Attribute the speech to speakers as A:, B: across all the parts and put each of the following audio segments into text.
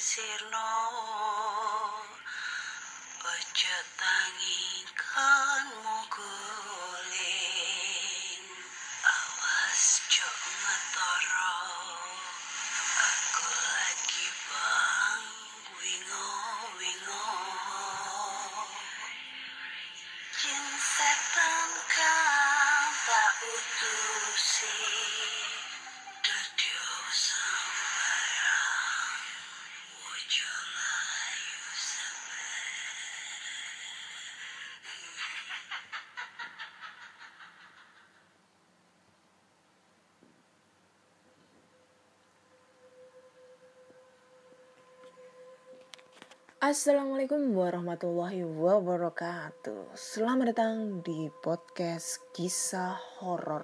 A: sirno ojo tangi kan mukulin awas jok ngetoro aku lagi bang wingo jin setan kan tak utusi Dadio sembarang Wojo layu
B: Assalamualaikum warahmatullahi wabarakatuh. Selamat datang di podcast kisah horor.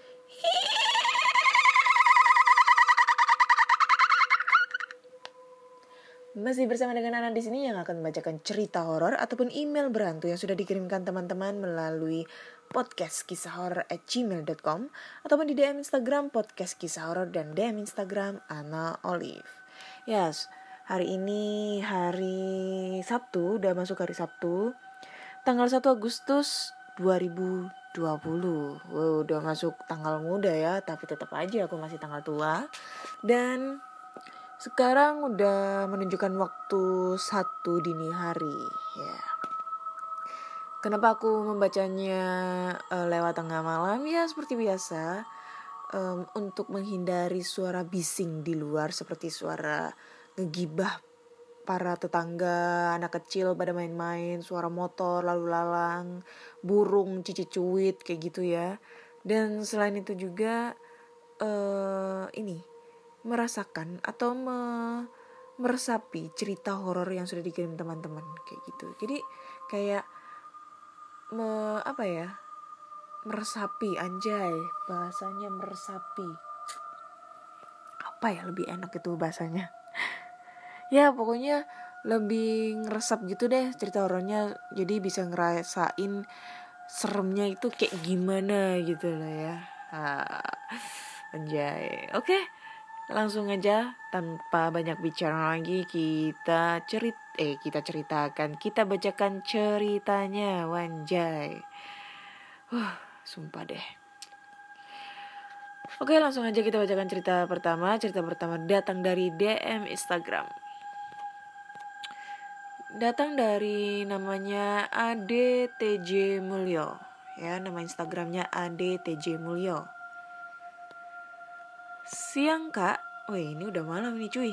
B: Masih bersama dengan Ana di sini yang akan membacakan cerita horor ataupun email berhantu yang sudah dikirimkan teman-teman melalui podcast kisah horor@gmail.com ataupun di DM Instagram podcast kisah horor dan DM Instagram Ana Olive. Yes. Hari ini hari Sabtu, udah masuk hari Sabtu, tanggal 1 Agustus 2020. Wow, udah masuk tanggal muda ya, tapi tetap aja aku masih tanggal tua. Dan sekarang udah menunjukkan waktu 1 dini hari. Ya. Kenapa aku membacanya lewat tengah malam? Ya seperti biasa, untuk menghindari suara bising di luar seperti suara ngegibah para tetangga, anak kecil pada main-main, suara motor lalu lalang, burung cici-cuit kayak gitu ya. Dan selain itu juga merasakan atau meresapi cerita horor yang sudah dikirim teman-teman kayak gitu. Jadi kayak meresapi, anjay, bahasanya meresapi. Apa ya lebih enak itu bahasanya? Ya pokoknya lebih ngeresap gitu deh cerita horornya. Jadi bisa ngerasain seremnya itu kayak gimana gitu lah ya. Anjay. Oke, langsung aja tanpa banyak bicara lagi kita bacakan ceritanya. Wanjay. Sumpah deh. Oke, langsung aja kita bacakan cerita pertama. Cerita pertama datang dari DM Instagram. Datang dari namanya ADTJ Mulyo. Ya, nama Instagramnya ADTJ Mulyo. Siang kak. Wih, ini udah malam nih cuy.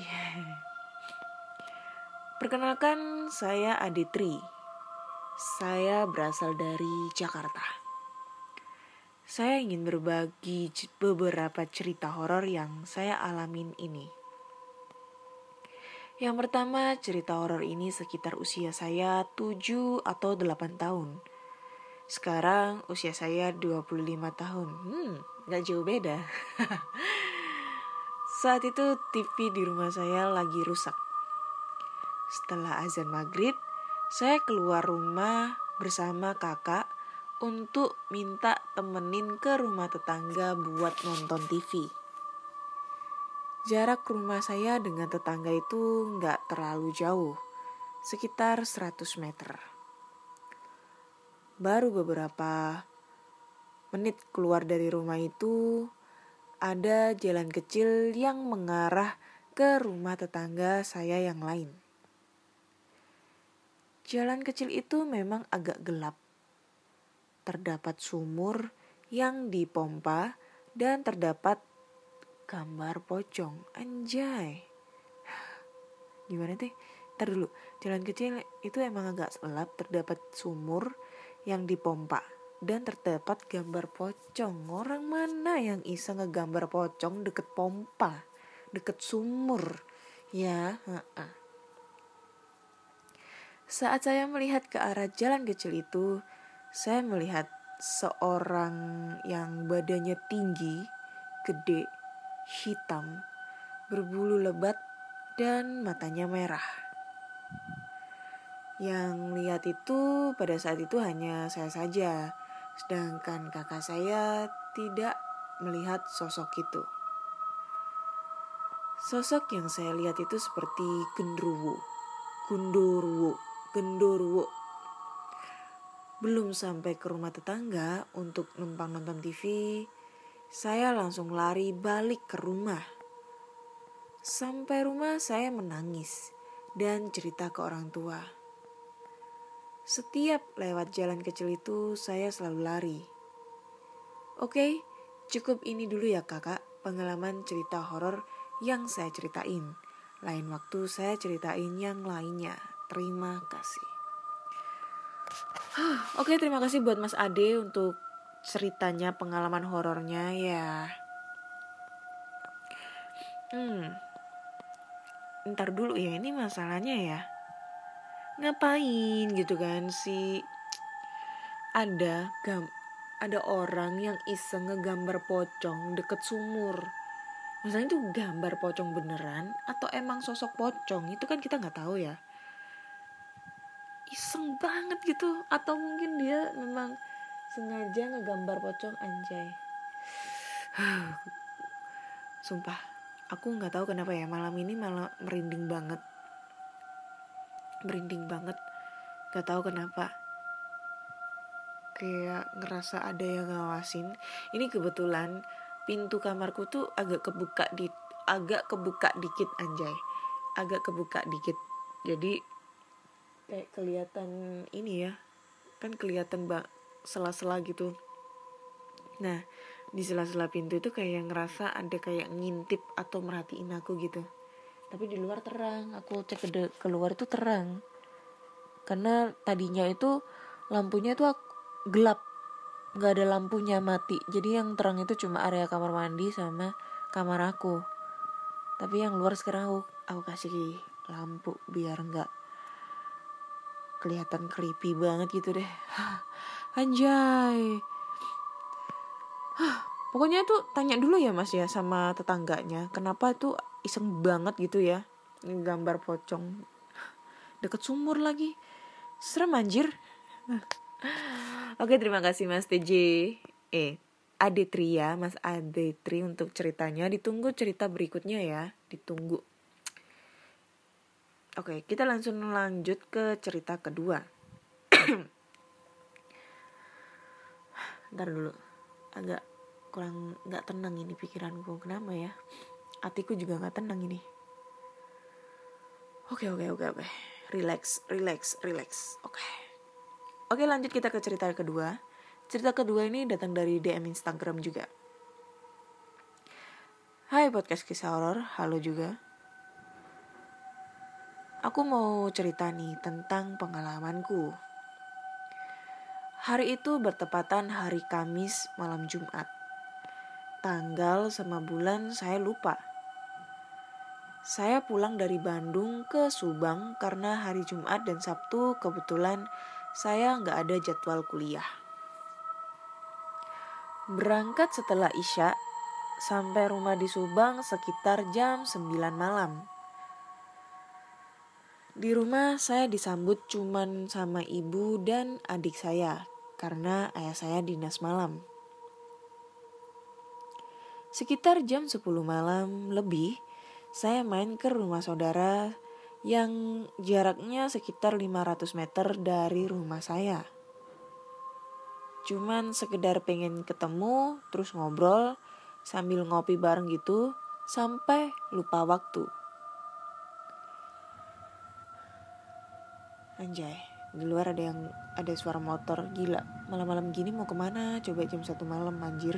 B: Perkenalkan, saya Aditri. Saya berasal dari Jakarta. Saya ingin berbagi beberapa cerita horor yang saya alamin ini. Yang pertama, cerita horor ini sekitar usia saya 7 atau 8 tahun. Sekarang usia saya 25 tahun. Gak jauh beda. Saat itu TV di rumah saya lagi rusak. Setelah azan maghrib, saya keluar rumah bersama kakak untuk minta temenin ke rumah tetangga buat nonton TV. Jarak rumah saya dengan tetangga itu nggak terlalu jauh, sekitar 100 meter. Baru beberapa menit keluar dari rumah itu, ada jalan kecil yang mengarah ke rumah tetangga saya yang lain. Jalan kecil itu memang agak gelap. Terdapat sumur yang dipompa dan terdapat gambar pocong. Anjay. Gimana tuh? Ntar dulu. Jalan kecil itu emang agak gelap. Terdapat sumur yang dipompa dan terdapat gambar pocong. Orang mana yang iseng ngegambar pocong deket pompa, deket sumur? Ya, Saat saya melihat ke arah jalan kecil itu, saya melihat seorang yang badannya tinggi, gede, hitam, berbulu lebat, dan matanya merah. Yang lihat itu pada saat itu hanya saya saja, sedangkan kakak saya tidak melihat sosok itu. Sosok yang saya lihat itu seperti Gundurwo. Belum sampai ke rumah tetangga untuk numpang nonton TV, saya langsung lari balik ke rumah. Sampai rumah saya menangis dan cerita ke orang tua. Setiap lewat jalan kecil itu saya selalu lari. Oke, cukup ini dulu ya kakak, pengalaman cerita horor yang saya ceritain. Lain waktu saya ceritain yang lainnya. Terima kasih. Oke, terima kasih buat Mas Ade untuk ceritanya, pengalaman horornya ya. Ntar dulu ya, ini masalahnya ya. Ngapain gitu kan sih? Ada orang yang iseng ngegambar pocong deket sumur. Misalnya itu gambar pocong beneran atau emang sosok pocong, itu kan kita nggak tahu ya. Iseng banget gitu, atau mungkin dia memang sengaja ngegambar pocong, anjay. Sumpah, aku nggak tahu kenapa ya, malam ini malah merinding banget, nggak tahu kenapa. Kayak ngerasa ada yang ngawasin. Ini kebetulan pintu kamarku tuh agak kebuka dikit, anjay. Agak kebuka dikit. Jadi kayak kelihatan ini ya. Kan kelihatan sela-sela gitu. Nah, di sela-sela pintu itu kayak ngerasa ada kayak ngintip atau merhatiin aku gitu. Tapi di luar terang. Aku cek keluar itu terang. Karena tadinya itu lampunya tuh gelap, nggak ada lampunya, mati. Jadi yang terang itu cuma area kamar mandi sama kamar aku. Tapi yang luar sekarang aku kasih lampu biar nggak kelihatan creepy banget gitu deh. Anjay. Pokoknya tuh tanya dulu ya Mas ya sama tetangganya, kenapa tuh iseng banget gitu ya gambar pocong deket sumur lagi. Serem anjir. Oke, terima kasih Mas TJ. Adetri ya, Mas Adetri untuk ceritanya. Ditunggu cerita berikutnya ya, ditunggu. Oke, kita langsung lanjut ke cerita kedua. Ntar dulu, agak kurang gak tenang ini pikiranku. Kenapa ya? Hatiku juga gak tenang ini. Oke. Relax. Oke, lanjut kita ke cerita kedua. Cerita kedua ini datang dari DM Instagram juga. Hai podcast kisah horor, halo juga. Aku mau cerita nih tentang pengalamanku. Hari itu bertepatan hari Kamis malam Jumat. Tanggal sama bulan saya lupa. Saya pulang dari Bandung ke Subang karena hari Jumat dan Sabtu kebetulan saya gak ada jadwal kuliah. Berangkat setelah Isya, sampai rumah di Subang sekitar jam 9 malam. Di rumah saya disambut cuman sama ibu dan adik saya karena ayah saya dinas malam. Sekitar jam 10 malam lebih, saya main ke rumah saudara yang jaraknya sekitar 500 meter dari rumah saya. Cuman sekedar pengen ketemu, terus ngobrol, sambil ngopi bareng gitu, sampai lupa waktu. Anjay, di luar ada suara motor, gila. Malam-malam gini mau kemana? Coba jam 1 malam, anjir.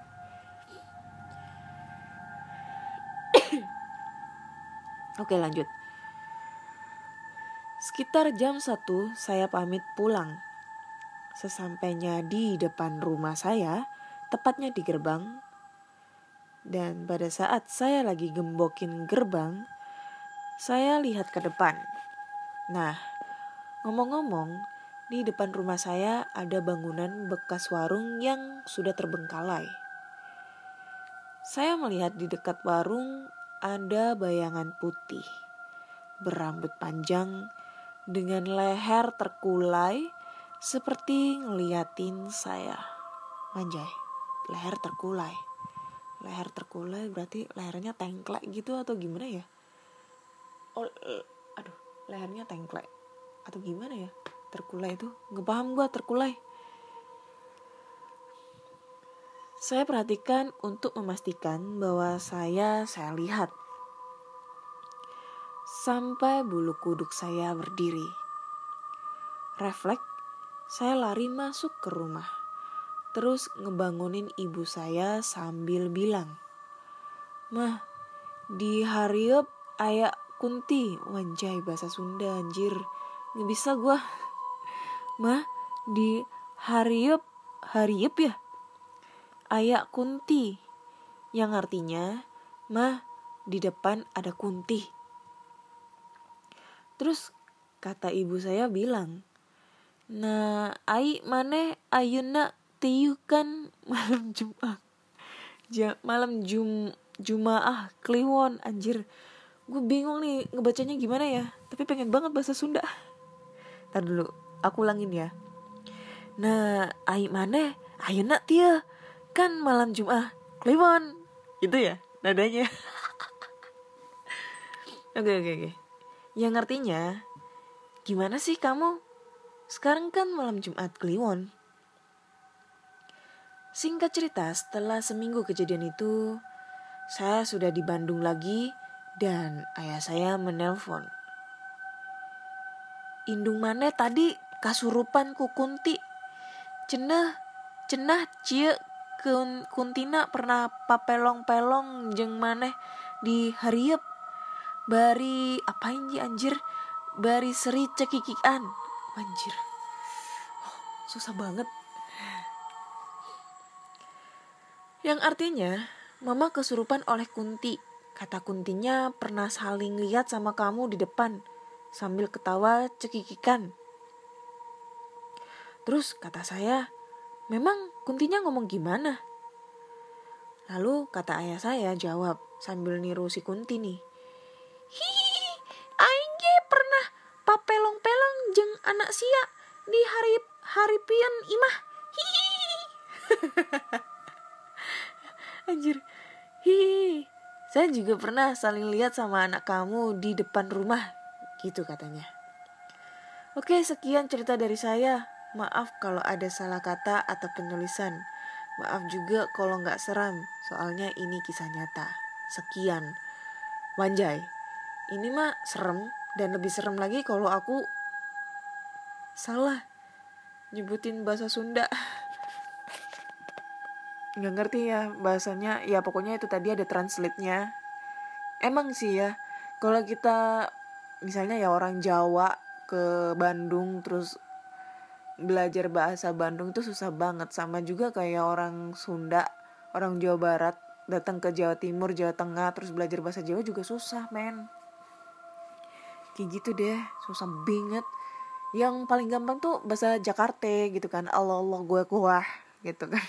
B: Oke, lanjut. Sekitar jam 1 saya pamit pulang. Sesampainya di depan rumah saya, tepatnya di gerbang. Dan pada saat saya lagi gembokin gerbang, saya lihat ke depan. Nah, ngomong-ngomong, di depan rumah saya ada bangunan bekas warung yang sudah terbengkalai. Saya melihat di dekat warung ada bayangan putih, berambut panjang, dengan leher terkulai, seperti ngeliatin saya. Anjay, leher terkulai. leher terkulai berarti lehernya tengklek gitu atau gimana ya? Aduh, lehernya tengklek atau gimana ya? Terkulai itu nggak paham gue terkulai. Saya perhatikan untuk memastikan bahwa saya lihat sampai bulu kuduk saya berdiri. Refleks, saya lari masuk ke rumah. Terus ngebangunin ibu saya sambil bilang, "Mah, di harieup aya kunti." Wanjay, bahasa Sunda anjir. Nggak bisa gua. "Mah, di harieup ya? Aya kunti." Yang artinya, "Mah, di depan ada kunti." Terus kata ibu saya bilang, "Nah, ai maneh ayeuna tiukan malam Jumat. Jumaah Kliwon." Anjir, gue bingung nih ngebacanya gimana ya, tapi pengen banget bahasa Sunda. Ntar dulu, aku ulangin ya. "Nah, ai maneh ayeuna tieu kan malam Jumaah Kliwon." Itu ya nadanya. Oke. Yang artinya, gimana sih kamu? Sekarang kan malam Jumat Kliwon. Singkat cerita, setelah seminggu kejadian itu, saya sudah di Bandung lagi dan ayah saya menelpon. "Indung maneh tadi kasurupan ku kunti. Cenah cieu kuntina pernah papelong-pelong jeung maneh di harieup. Bari apain anjir? Bari seri cekikian." Anjir. Susah banget. Yang artinya, mama kesurupan oleh kunti. Kata kuntinya pernah saling lihat sama kamu di depan sambil ketawa cekikikan. Terus kata saya, "Memang kuntinya ngomong gimana?" Lalu kata ayah saya jawab sambil niru si kunti nih. "Hihihi, aing ge pernah papelong-pelong jeung anak sia di haripieun imah. Hihihi." Anjir. "Hihihi, saya juga pernah saling lihat sama anak kamu di depan rumah." Gitu katanya. Oke, sekian cerita dari saya. Maaf kalau ada salah kata atau penulisan. Maaf juga kalau gak seram, soalnya ini kisah nyata. Sekian. Wanjay, ini mah serem, dan lebih serem lagi kalau aku salah nyebutin bahasa Sunda. Gak ngerti ya bahasanya, ya pokoknya itu tadi ada translate-nya. Emang sih ya, kalau kita misalnya ya orang Jawa ke Bandung terus belajar bahasa Bandung itu susah banget. Sama juga kayak orang Sunda, orang Jawa Barat datang ke Jawa Timur, Jawa Tengah terus belajar bahasa Jawa juga susah men. Kayak gitu deh, susah banget. Yang paling gampang tuh bahasa Jakarta gitu kan, Allah gue kuah gitu kan.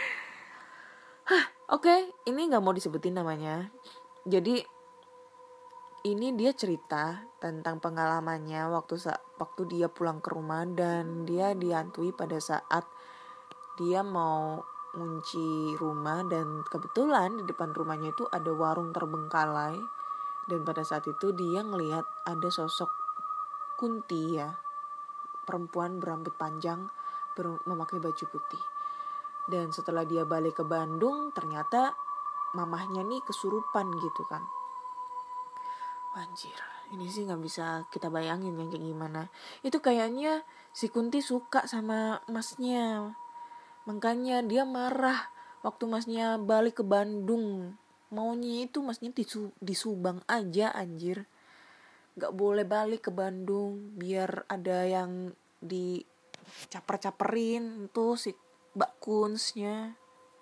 B: Oke, ini gak mau disebutin namanya. Jadi ini dia cerita tentang pengalamannya waktu dia pulang ke rumah dan dia dihantui pada saat dia mau ngunci rumah, dan kebetulan di depan rumahnya itu ada warung terbengkalai, dan pada saat itu dia ngelihat ada sosok kunti ya, perempuan berambut panjang memakai baju putih. Dan setelah dia balik ke Bandung, ternyata mamahnya nih kesurupan gitu kan. Anjir, ini sih gak bisa kita bayangin yang kayak gimana. Itu kayaknya si Kunti suka sama masnya, makanya dia marah waktu masnya balik ke Bandung. Maunya itu masnya di Subang aja anjir. Gak boleh balik ke Bandung biar ada yang dicaper-caperin tuh si Mbak Kunsnya.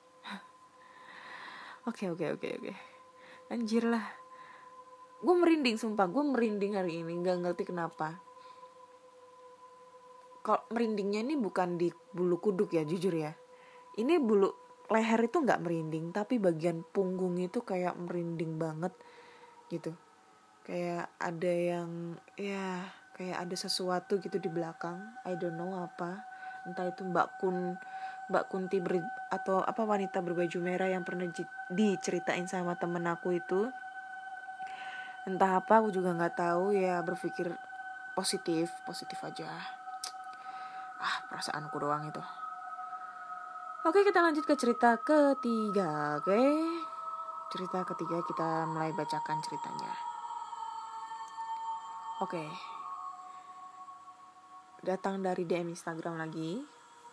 B: Oke. Anjir lah. Gue merinding sumpah, gue merinding hari ini, gak ngerti kenapa. Kalau merindingnya ini bukan di bulu kuduk ya, jujur ya. Ini bulu leher itu gak merinding, tapi bagian punggung itu kayak merinding banget gitu. Kayak ada yang, ya kayak ada sesuatu gitu di belakang. I don't know apa. Entah itu Mbak Mbak Kunti atau apa wanita berbaju merah yang pernah diceritain sama temen aku itu. Entah apa aku juga nggak tahu ya, berpikir positif aja. Perasaanku doang itu. Oke, kita lanjut ke cerita ketiga. Oke, cerita ketiga kita mulai bacakan ceritanya. Oke, datang dari DM Instagram lagi.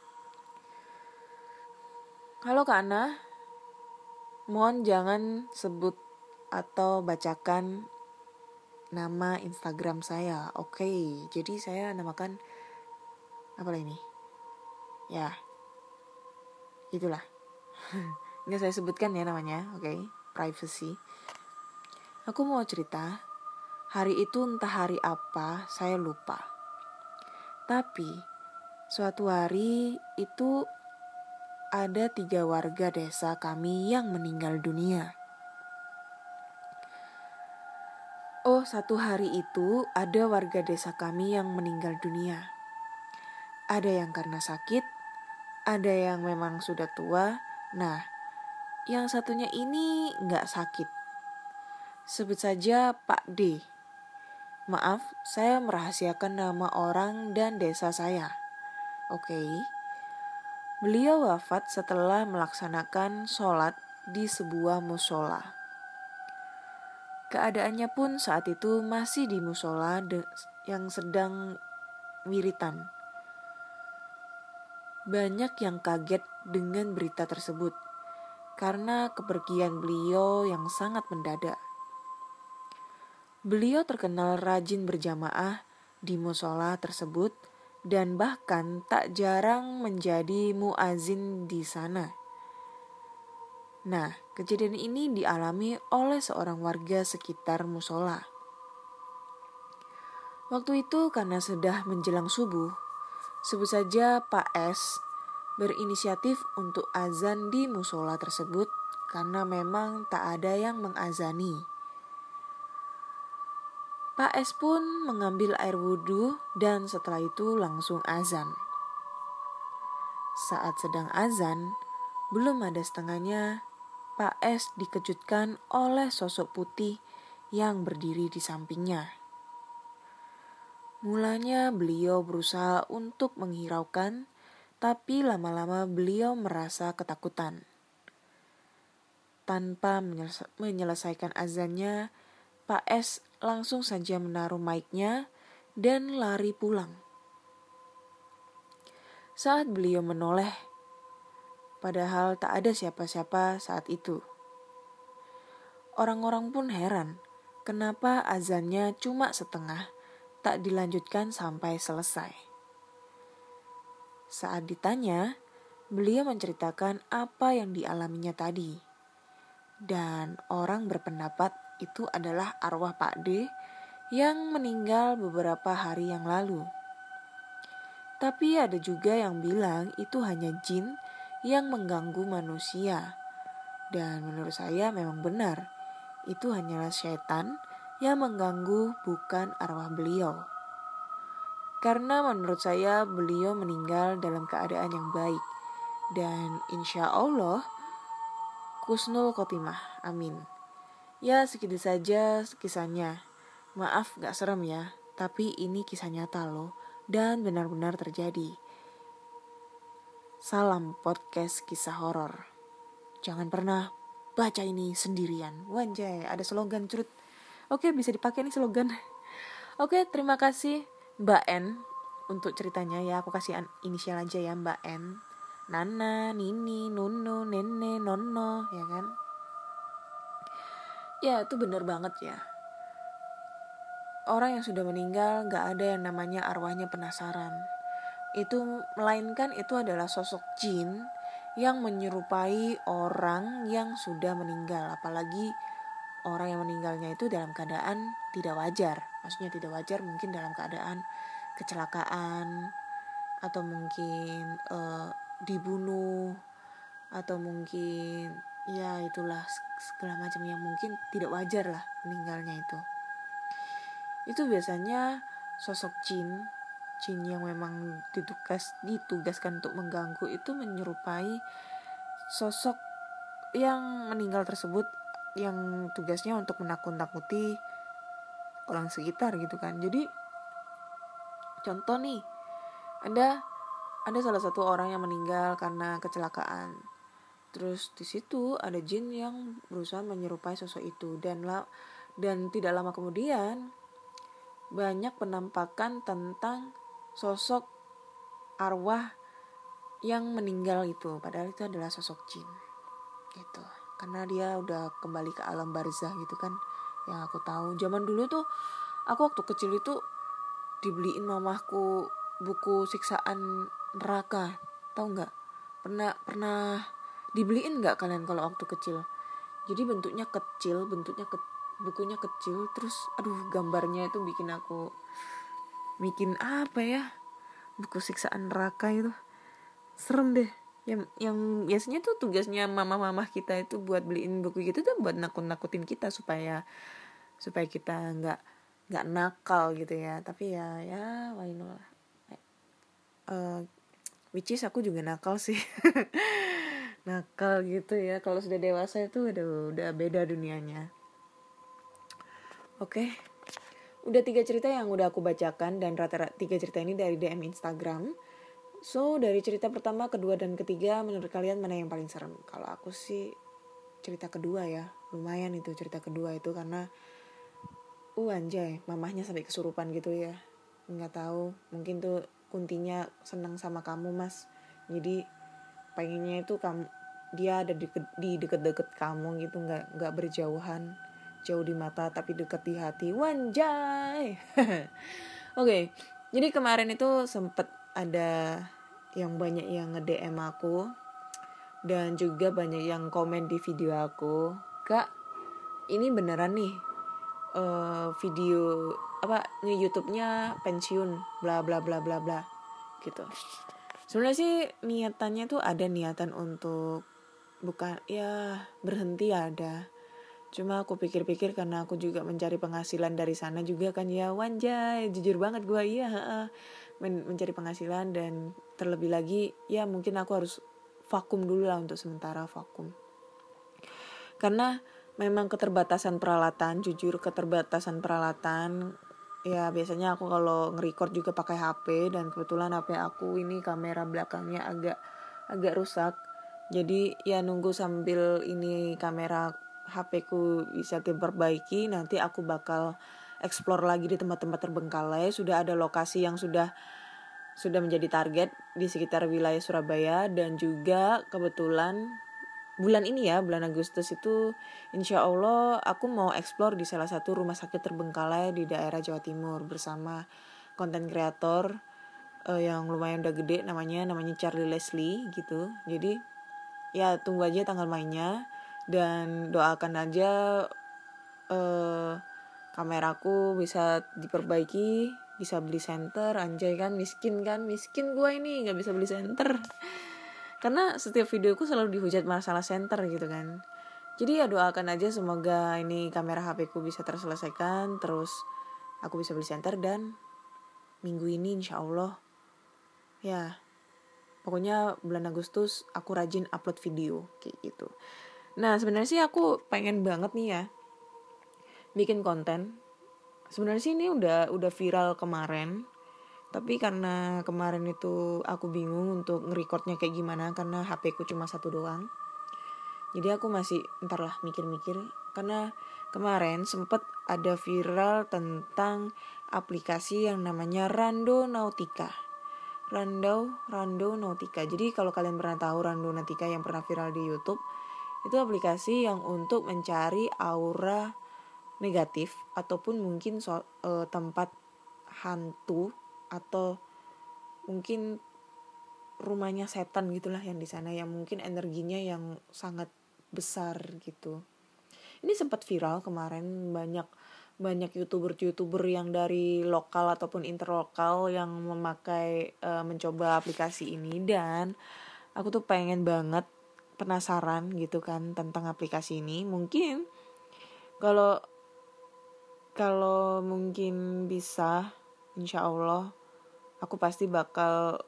B: Halo Kak Ana, mohon jangan sebut atau bacakan nama Instagram saya. Oke, jadi saya namakan apa ini? Ya, itulah. Nggak saya sebutkan ya namanya, oke, privacy. Aku mau cerita, hari itu entah hari apa, saya lupa. Tapi, suatu hari itu ada 3 warga desa kami yang meninggal dunia. Oh, satu hari itu ada warga desa kami yang meninggal dunia. Ada yang karena sakit, ada yang memang sudah tua. Nah, yang satunya ini nggak sakit. Sebut saja Pak D. Maaf, saya merahasiakan nama orang dan desa saya. Oke. Beliau wafat setelah melaksanakan sholat di sebuah musola. Keadaannya pun saat itu masih di musola yang sedang wiritan. Banyak yang kaget dengan berita tersebut karena kepergian beliau yang sangat mendadak. Beliau terkenal rajin berjamaah di musola tersebut dan bahkan tak jarang menjadi muazin di sana. Nah, kejadian ini dialami oleh seorang warga sekitar musola. Waktu itu karena sudah menjelang subuh, sebut saja Pak S berinisiatif untuk azan di musola tersebut karena memang tak ada yang mengazani. Pak S pun mengambil air wudhu dan setelah itu langsung azan. Saat sedang azan, belum ada setengahnya, Pak S dikejutkan oleh sosok putih yang berdiri di sampingnya. Mulanya beliau berusaha untuk menghiraukan, tapi lama-lama beliau merasa ketakutan. Tanpa menyelesaikan azannya, Pak S langsung saja menaruh mic-nya dan lari pulang. Saat beliau menoleh, padahal tak ada siapa-siapa saat itu. Orang-orang pun heran, kenapa azannya cuma setengah, tak dilanjutkan sampai selesai. Saat ditanya, beliau menceritakan apa yang dialaminya tadi. Dan orang berpendapat itu adalah arwah Pak D yang meninggal beberapa hari yang lalu. Tapi ada juga yang bilang itu hanya jin yang mengganggu manusia. Dan menurut saya memang benar, itu hanyalah setan yang mengganggu, bukan arwah beliau. Karena menurut saya beliau meninggal dalam keadaan yang baik. Dan insya Allah husnul khotimah, amin. Ya, segitu saja kisahnya. Maaf gak serem ya, tapi ini kisah nyata loh, dan benar-benar terjadi. Salam podcast kisah horor. Jangan pernah baca ini sendirian. Wanjay, ada slogan curut. Oke, bisa dipakai nih slogan. Oke, terima kasih Mbak N untuk ceritanya ya. Aku kasih inisial aja ya, Mbak N. Nana, Nini, Nunu, Nene, Nono, ya kan? Ya, itu benar banget ya. Orang yang sudah meninggal gak ada yang namanya arwahnya penasaran. Itu melainkan itu adalah sosok jin yang menyerupai orang yang sudah meninggal. Apalagi orang yang meninggalnya itu dalam keadaan tidak wajar. Maksudnya tidak wajar mungkin dalam keadaan kecelakaan, atau mungkin dibunuh, atau mungkin ya itulah segala macam yang mungkin tidak wajar lah meninggalnya itu. Itu biasanya sosok jin jin yang memang ditugaskan untuk mengganggu itu menyerupai sosok yang meninggal tersebut, yang tugasnya untuk menakut-nakuti orang sekitar gitu kan. Jadi contoh nih, ada salah satu orang yang meninggal karena kecelakaan. Terus di situ ada jin yang berusaha menyerupai sosok itu, dan tidak lama kemudian banyak penampakan tentang sosok arwah yang meninggal itu, padahal itu adalah sosok jin gitu. Karena dia udah kembali ke alam barzah gitu kan. Yang aku tahu zaman dulu tuh, aku waktu kecil itu dibeliin mamahku buku siksaan neraka, tahu nggak? Pernah dibeliin nggak kalian kalau waktu kecil? Jadi bukunya kecil, terus gambarnya itu bikin apa ya, buku siksaan neraka itu serem deh. Yang biasanya tuh tugasnya mama kita itu buat beliin buku gitu tuh buat nakutin kita supaya kita nggak nakal gitu ya. Tapi ya why not lah. Which is aku juga nakal sih. Nakal gitu ya. Kalau sudah dewasa itu udah beda dunianya. Oke. Udah 3 cerita yang udah aku bacakan, dan rata-rata 3 cerita ini dari DM Instagram. So, dari cerita pertama, kedua, dan ketiga, menurut kalian mana yang paling serem? Kalau aku sih cerita kedua ya. Lumayan itu cerita kedua itu, karena anjay, mamahnya sampai kesurupan gitu ya. Nggak tahu, mungkin tuh kuntinya senang sama kamu, Mas. Jadi pengennya itu dia ada di deket-deket kamu gitu, nggak berjauhan, jauh di mata tapi dekat di hati. Wanjay. Oke. Jadi kemarin itu sempet ada yang banyak yang nge-DM aku, dan juga banyak yang komen di video aku, Kak, ini beneran nih video YouTube-nya pensiun bla bla bla bla bla gitu. Sebenarnya sih niatannya tuh ada niatan untuk bukan ya berhenti ada. Cuma aku pikir-pikir karena aku juga mencari penghasilan dari sana juga kan ya, wanjay, jujur banget gue mencari penghasilan, dan terlebih lagi ya mungkin aku harus vakum dulu lah, untuk sementara vakum. Karena memang keterbatasan peralatan ya. Biasanya aku kalau nge-record juga pakai HP, dan kebetulan HP aku ini kamera belakangnya agak rusak. Jadi ya nunggu sambil ini kamera HP ku bisa diperbaiki, nanti aku bakal explore lagi di tempat-tempat terbengkalai. Sudah ada lokasi yang sudah menjadi target di sekitar wilayah Surabaya, dan juga kebetulan bulan ini ya, bulan Agustus itu insya Allah aku mau explore di salah satu rumah sakit terbengkalai di daerah Jawa Timur bersama konten kreator yang lumayan udah gede, namanya Charlie Leslie gitu. Jadi ya tunggu aja tanggal mainnya, dan doakan aja kameraku bisa diperbaiki, bisa beli senter. Anjay kan, miskin gue ini nggak bisa beli senter. Karena setiap videoku selalu dihujat masalah senter gitu kan. Jadi ya doakan aja semoga ini kamera HP ku bisa terselesaikan, terus aku bisa beli senter, dan minggu ini insya Allah ya, pokoknya bulan Agustus aku rajin upload video kayak gitu. Nah sebenarnya sih aku pengen banget nih ya bikin konten. Sebenarnya sih ini udah viral kemarin, tapi karena kemarin itu aku bingung untuk nge-recordnya kayak gimana, karena HP ku cuma satu doang. Jadi aku masih mikir-mikir, karena kemarin sempet ada viral tentang aplikasi yang namanya Randonautica. Randonautica. Jadi kalau kalian pernah tahu Randonautica yang pernah viral di YouTube, itu aplikasi yang untuk mencari aura negatif ataupun mungkin tempat hantu, atau mungkin rumahnya setan gitulah yang di sana, yang mungkin energinya yang sangat besar gitu. Ini sempat viral kemarin, banyak youtuber yang dari lokal ataupun interlokal yang mencoba aplikasi ini, dan aku tuh pengen banget, penasaran gitu kan tentang aplikasi ini. Mungkin kalau mungkin bisa, insya Allah aku pasti bakal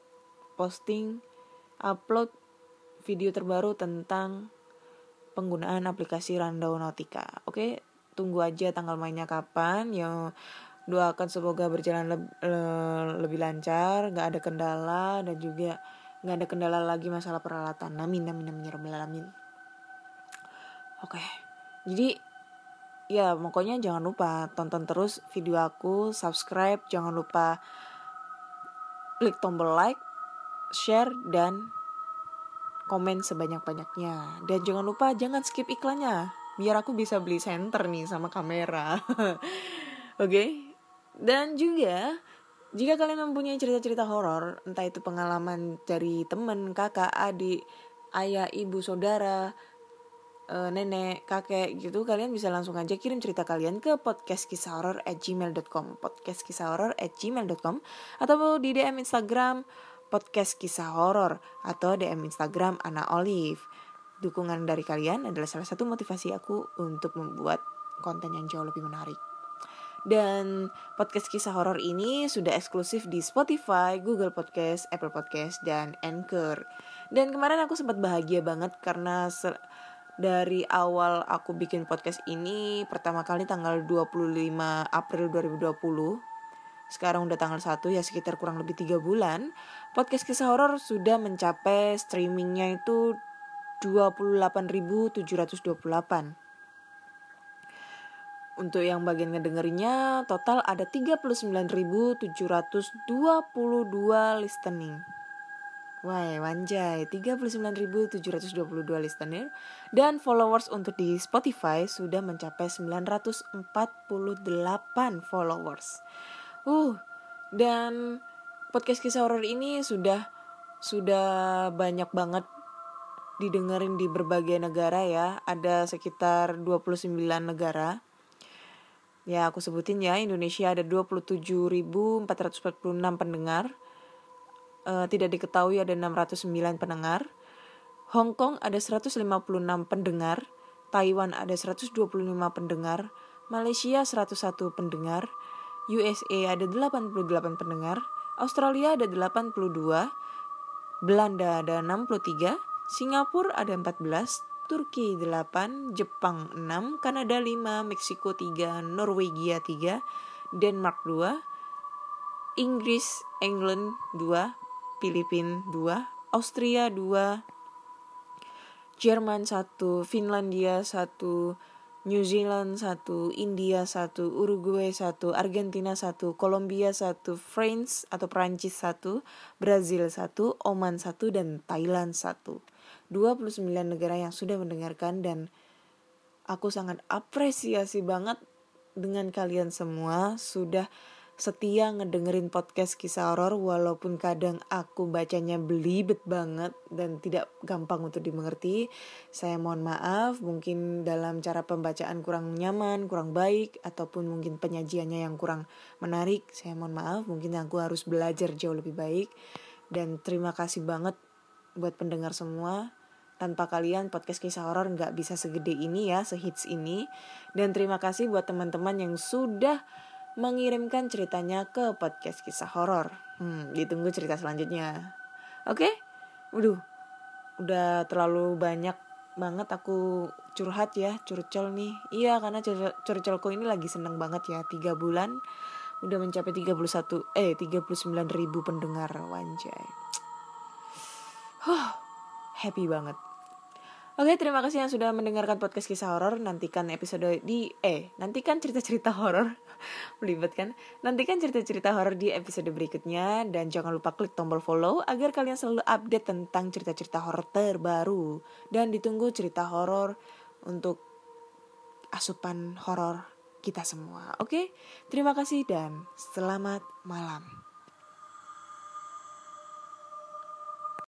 B: upload video terbaru tentang penggunaan aplikasi Randonautica. Oke, tunggu aja tanggal mainnya kapan. Ya, doakan semoga berjalan lebih lancar, gak ada kendala, dan juga gak ada kendala lagi masalah peralatan. Amin ya rabbal alamin. Oke, jadi ya pokoknya jangan lupa tonton terus video aku, subscribe, jangan lupa klik tombol like, share, dan komen sebanyak-banyaknya. Dan jangan lupa jangan skip iklannya, biar aku bisa beli senter nih sama kamera. Oke? Dan juga jika kalian mempunyai cerita-cerita horor, entah itu pengalaman dari teman, kakak, adik, ayah, ibu, saudara, nenek, kakek gitu, kalian bisa langsung aja kirim cerita kalian ke podcastkisahhoror@gmail.com podcastkisahhoror@gmail.com atau di DM Instagram podcast kisah horor atau DM Instagram Ana Olive. Dukungan dari kalian adalah salah satu motivasi aku untuk membuat konten yang jauh lebih menarik. Dan podcast kisah horor ini sudah eksklusif di Spotify, Google Podcast, Apple Podcast, dan Anchor. Dan kemarin aku sempat bahagia banget karena dari awal aku bikin podcast ini pertama kali tanggal 25 April 2020. Sekarang udah tanggal 1, ya sekitar kurang lebih 3 bulan. Podcast kisah horor sudah mencapai streamingnya itu 28.728. Untuk yang bagian ngedengerinnya total ada 39.722 listening. Wah, wanjay, 39.722 listener. Dan followers untuk di Spotify sudah mencapai 948 followers. Dan podcast kisah horor ini sudah banyak banget didengerin di berbagai negara ya. Ada sekitar 29 negara. Ya, aku sebutin ya, Indonesia ada 27.446 pendengar. Tidak diketahui ada 609 pendengar. Hong Kong ada 156 pendengar. Taiwan ada 125 pendengar. Malaysia 101 pendengar. USA ada 88 pendengar, Australia ada 82, Belanda ada 63, Singapura ada 14, Turki 8, Jepang 6, Kanada 5, Meksiko 3, Norwegia 3, Denmark 2, Inggris, England 2, Filipina 2, Austria 2, Jerman 1, Finlandia 1, New Zealand 1, India 1, Uruguay 1, Argentina 1, Kolombia 1, France atau Prancis 1, Brazil 1, Oman 1, dan Thailand 1. 29 negara yang sudah mendengarkan, dan aku sangat apresiasi banget dengan kalian semua sudah setia ngedengerin podcast kisah horor walaupun kadang aku bacanya belibet banget dan tidak gampang untuk dimengerti. Saya mohon maaf, mungkin dalam cara pembacaan kurang nyaman, kurang baik, ataupun mungkin penyajiannya yang kurang menarik. Saya mohon maaf, mungkin aku harus belajar jauh lebih baik. Dan terima kasih banget buat pendengar semua. Tanpa kalian podcast kisah horor gak bisa segede ini ya, sehits ini. Dan terima kasih buat teman-teman yang sudah mengirimkan ceritanya ke podcast kisah horor. Ditunggu cerita selanjutnya. Oke? Udah terlalu banyak banget aku curhat ya, curcol nih. Iya, karena curcolku ini lagi seneng banget ya. 3 bulan udah mencapai 39.000 pendengar, wanjay. Happy banget. Oke, terima kasih yang sudah mendengarkan podcast kisah horor. Nantikan cerita-cerita horor. Belibet kan? Nantikan cerita-cerita horor di episode berikutnya. Dan jangan lupa klik tombol follow agar kalian selalu update tentang cerita-cerita horor terbaru. Dan ditunggu cerita horor untuk asupan horor kita semua. Oke? Terima kasih dan selamat malam.